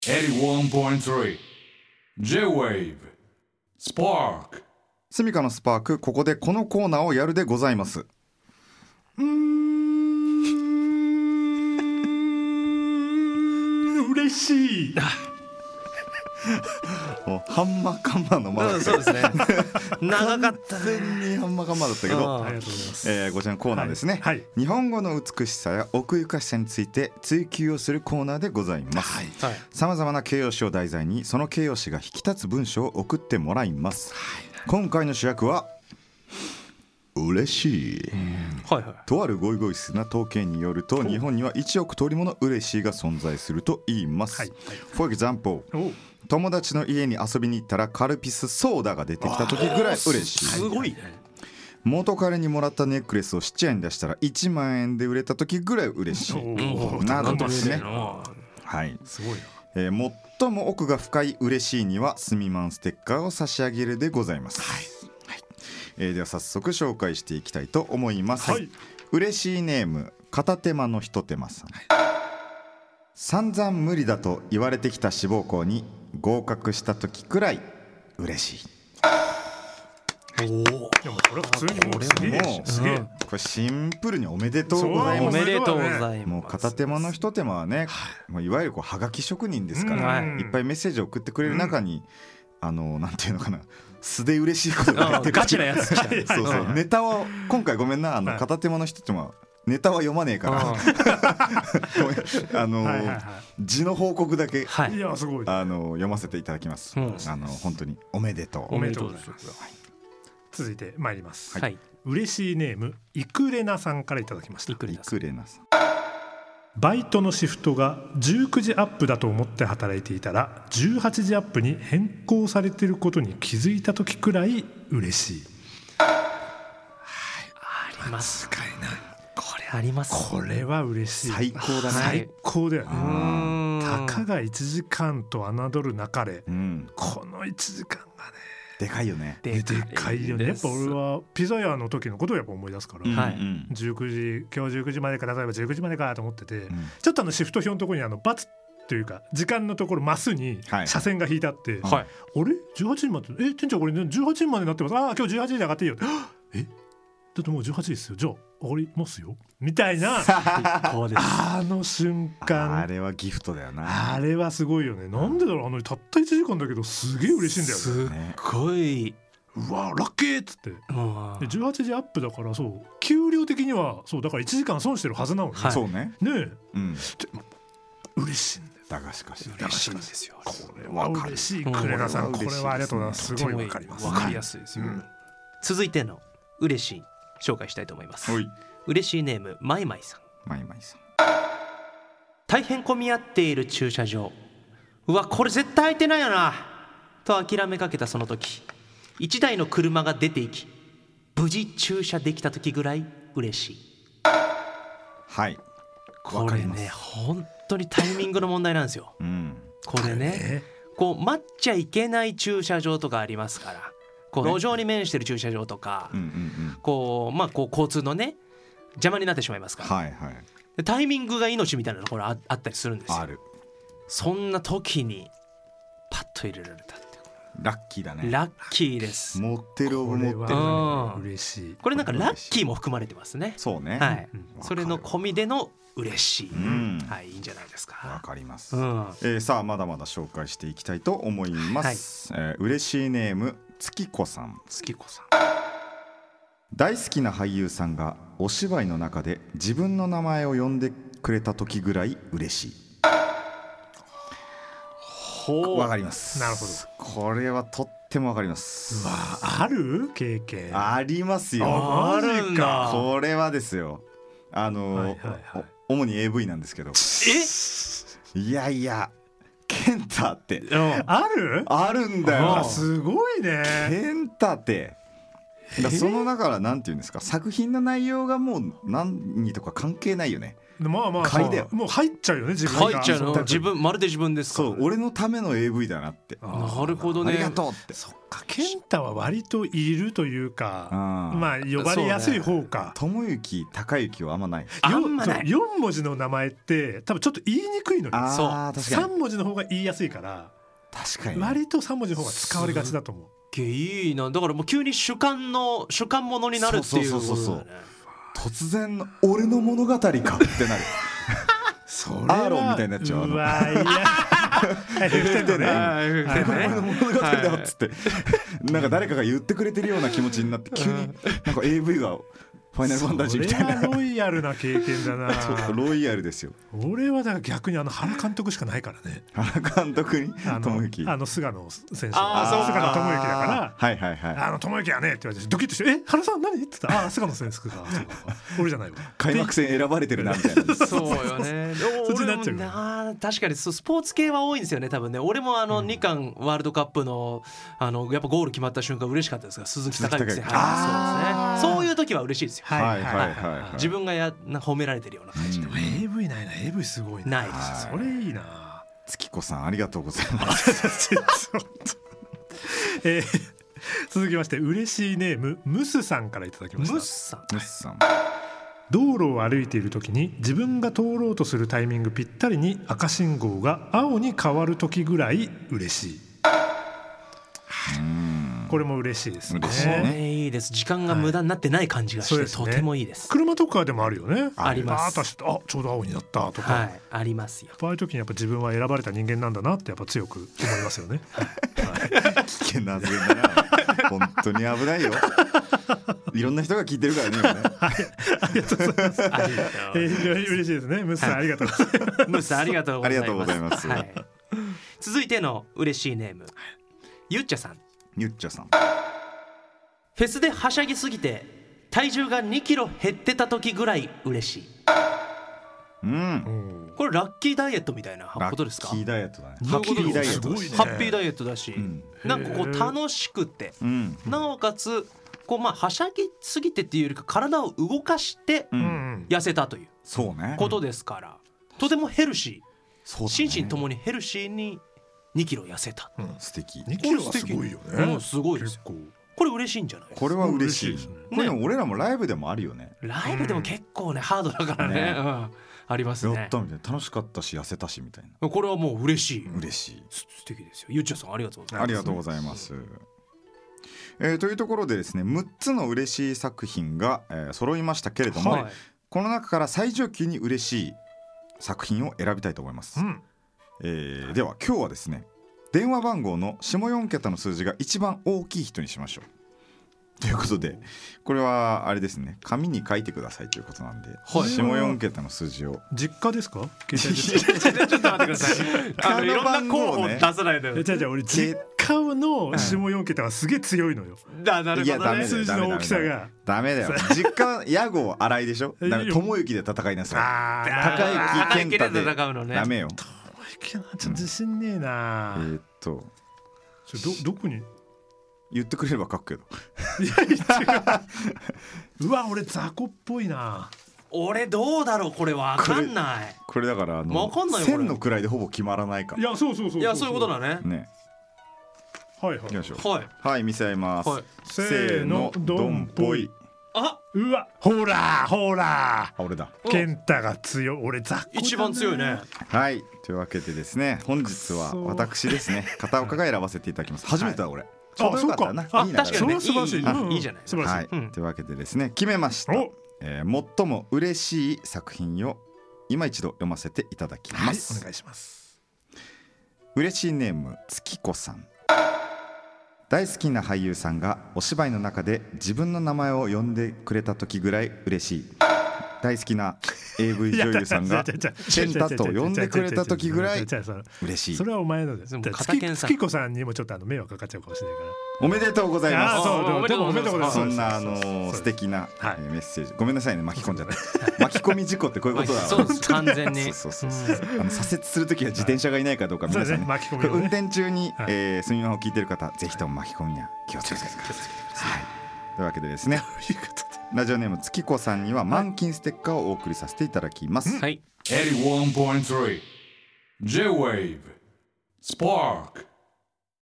81.3 J-Wave Spark。 スミカのスパーク、ここでこのコーナーをやるでございます。 嬉しい。 もうハンマーカンマーのまだそうですね長かった完全にハンマーカンマーだったけど、 ありがとうございます。 こちらのコーナーですね、 はい日本語の美しさや奥ゆかしさについて追求をするコーナーでございます。 はいさまざまな形容詞を題材にその形容詞が引き立つ文章を送ってもらいます。今回の主役は嬉しい。 はいはいとあるゴイゴイスな統計によると日本には1億通りもの嬉しいが存在すると言います、 はいはい For example、 お友達の家に遊びに行ったらカルピスソーダが出てきた時ぐらい嬉しい。 すごいね。 元彼にもらったネックレスを質屋に出したら1万円で売れた時ぐらい嬉しいおなどですね。 あはい、 すごいな。 最も奥が深い嬉しいにはスミマンステッカーを差し上げるでございます。では早速紹介していきたいと思います、 はい嬉しいネーム片手間のひと手間さん、散々無理だと言われてきた志望校に合格した時くらい嬉しい。 おでもこれは普通にもうすげえもうすげえこれシンプルにおめでとうございおます。 めでとうございます。 もう片手間のひと手間はね、もういわゆるこうはがき職人ですから、 はいいっぱいメッセージを送ってくれる中に、なんていうのかな、素で嬉しいことがやってくるガチなやつ来たそうそう、ネタを今回ごめんな、 はい片手間のひと手間ネタは読まねえからごめんはいはいは字の報告だけ、 はいいやすごい読ませていただきます、 うん本当におめでとう。 おめでとうございます。続いて参ります。 はい嬉しいネームイクレナさんからいただきました。 いいくらですくれなさん、 バイトのシフトが19時アップだと思って働いていたら18時アップに変更されていることに気づいた時くらい嬉しい。 あります。これあります。 これは嬉しい。 最高だね、 最高だようね。 ーんたかが1時間と侮るなかれ、 うん、 この1時間がでかいよね。 ねでかいよね。やっぱ俺ははピザ屋の時のことをやっぱ思い出すから、 はいうん 19時今日19時までか、例えば19時までかと思ってて、 うんちょっとシフト表のところにバツというか時間のところマスにはい車線が引いてあって、 はいあれ18時まで店長これ18時までになってます。ああ今日18時で上がっていいよえだってもう18時ですよ、じゃあ上がりますよみたいなこうです。 あの瞬間あれはギフトだよな。 あれはすごいよね。なんでだろう、たった1時間だけどすげえ嬉しいんだよね。 すねっごい。 うわラッキーっつって。でうん 18時アップだからそう給料的にはそうだから1時間損してるはずなのに、 はいそうね、 ねうん、 え嬉しいんだよ。 だがしかし嬉しいんですよ。 これは嬉しい。クレナさん、 これは嬉しいですねこれはありがとうございます。すごいわかります。 わかりやすいですよ。続いての嬉しい紹介したいと思いますお。い嬉しいネームマイマイさん。 まいまいさん、 大変混み合っている駐車場。うわこれ絶対空いてないよなと諦めかけたその時、一台の車が出て行き無事駐車できた時ぐらい嬉しい。 はい、 こわかりますれね本当にタイミングの問題なんですよ。 うん、 これねこう待っちゃいけない駐車場とかありますから、こう路上に面してる駐車場とか、 うんうんうん、 こう交通のね邪魔になってしまいますから、 はいはい、 でタイミングが命みたいなところあったりするんですよ。 ある、 そんな時にパッと入れられたってラッキーだね。 ラッキーです。 持ってるこれ持ってる。 はうん嬉しい。 これなんかラッキーも含まれてますね。 そうね、 はいうんそれの込みでの嬉しい、 んはい、いいんじゃないですわか。 かります、 うんさあまだまだ紹介していきたいと思います、嬉しいネーム月子さん。 月子さん。 大好きな俳優さんがお芝居の中で自分の名前を呼んでくれた時ぐらい嬉しい。 ほわかります。 なるほど。 これはとってもわかります。 ある経験。 ありますよ。 ああるんだ。 これはですよ、 はいはいはい主に AV なんですけど、 えいやいやケンタってある？ あるんだよ。 あすごいね。 ケンタってだからそのだからなんていうんですか、作品の内容がもう何にとか関係ないよね。 まあまあ買いだよもう入っちゃうよね自分が。 入っちゃうの自分まるで自分ですからそう俺のための AV だなって。 なるほどね。 ありがとうって。 そっか健太は割といるというかあまあ呼ばれやすい方か。 友之高之はあんまない。 あんまない。 4文字の名前って多分ちょっと言いにくいのよ。 そう確かに 3文字の方が言いやすいから確かに割と3文字の方が使われがちだと思う。 いいな。だからもう急に主観ものになるっていう。 そう突然の俺の物語かってなるそれはアーロンみたいになっちゃう。 うわいや2人でね俺の物語だよっつってなんか誰かが言ってくれてるような気持ちになって急になんか AV がファイナルファンタジーみたいな。 それはロイヤルな経験だなロイヤルですよ。 俺はだから逆に原監督しかないからね。 原監督に友之菅野選手菅野智之だから智之やねって言われてドキッとして原さん何って言ったら菅野選手か俺じゃないわ開幕戦選ばれてるなみたいなそうよねそっちになっちゃうな。確かにスポーツ系は多いんですよね多分ね。俺も日韓ワールドカップのやっぱゴール決まった瞬間嬉しかったですが鈴木孝之選手そういう時は嬉しいですよ。自分が褒められてるような感じで。 AV ないな。 AV すごいな。 ないです。 それいいな。 月子さんありがとうございます続きまして嬉しいネームムスさんからいただきました。 ムスさん道路を歩いている時に自分が通ろうとするタイミングぴったりに赤信号が青に変わる時ぐらい嬉しい。これも嬉しいですね。 いいです。時間が無駄になってない感じがして、とてもいいです。 車とかでもあるよね。 あります。 ちょうど青になったとか、 ありますよ。 ああいう時にやっぱ自分は選ばれた人間なんだなってやっぱ強く思いますよね。 危険な発言だな。本当に危ないよ。いろんな人が聞いてるからね今ね。 ありがとうございます。嬉しいですね。ムスさんありがとうございます。 ムスさんありがとうございます。 ありがとうございます。 続いての嬉しいネームゆっちゃさん。 ゆっちゃさん。 フェスではしゃぎすぎて体重が2キロ減ってた時ぐらい嬉しい。これラッキーダイエットみたいなことですか。 ラッキーダイエットだね。 ハッピーダイエットすごいね。 ハッピーダイエットだし、なんかこう楽しくて、なおかつこうはしゃぎすぎてっていうよりか体を動かして痩せたということですから、とてもヘルシー、心身ともにヘルシーに2キロ痩せた。 素敵。 2キロはすごいよね。 すごいですよ。これ嬉しいんじゃないですか。 これは嬉しい。これでも俺らもライブでもあるよね。 ライブでも結構ねハードだからね。ありますね。 やったみたいな、楽しかったし痩せたしみたいな。 これはもう嬉しい。 嬉しい。 素敵ですよ。ゆっちゃさんありがとうございます。 ありがとうございます。というところでですね、6つの嬉しい作品が、揃いましたけれども、この中から最上級に嬉しい作品を選びたいと思います。では今日はですね、電話番号の下4桁の数字が一番大きい人にしましょうということで、これはあれですね、紙に書いてくださいということなんで、下4桁の数字を。 実家ですか？ ちょっと待ってください。いろんな候補出さないでよ。 俺実家の下4桁はすげえ強いのよ。 なるほどね。 数字の大きさがダメだよ。実家屋号新井でしょ。友之で戦いなさい。高之健太でダメよ。 ちょっと自信ねえな。どこに言ってくれれば書くけど。 うわ俺雑魚っぽいな。 俺どうだろう。これわかんない。 これだから線の位でほぼ決まらないから。 いやそういやそういうことだね。 ね。 はい行きましょう。はい見せ合います。 せーのドンぽい。うわほら俺だ。 健太が強い。俺雑魚一番強いね。 はいというわけでですね、本日は私ですね、片岡が選ばせていただきます。初めてだ俺。 そうかな。 確かにね。 素晴らしい。 いいじゃない。 素晴らしい。 というわけでですね、決めました。最も嬉しい作品を今一度読ませていただきます。 お願いします。 嬉しいネーム月子さん。大好きな俳優さんがお芝居の中で自分の名前を呼んでくれた時ぐらい嬉しい。大好きな AV 女優さんが健太と呼んでくれた時ぐらい嬉しい。 それはお前のです。月子さんにもちょっと迷惑かかっちゃうかもしれないから。 おめでとうございます。 おめでとうございます。 そんな素敵なメッセージ。ごめんなさいね、巻き込んじゃって。巻き込み事故ってこういうことだ。 そう完全に。 左折するときは自転車がいないかどうか皆さんね。運転中にすみまを聞いてる方、ぜひとも巻き込みには気をつけてください。というわけでですね。 ラジオネーム月子さんには満金ステッカーをお送りさせていただきます、 はい。 81.3 J-Wave Spark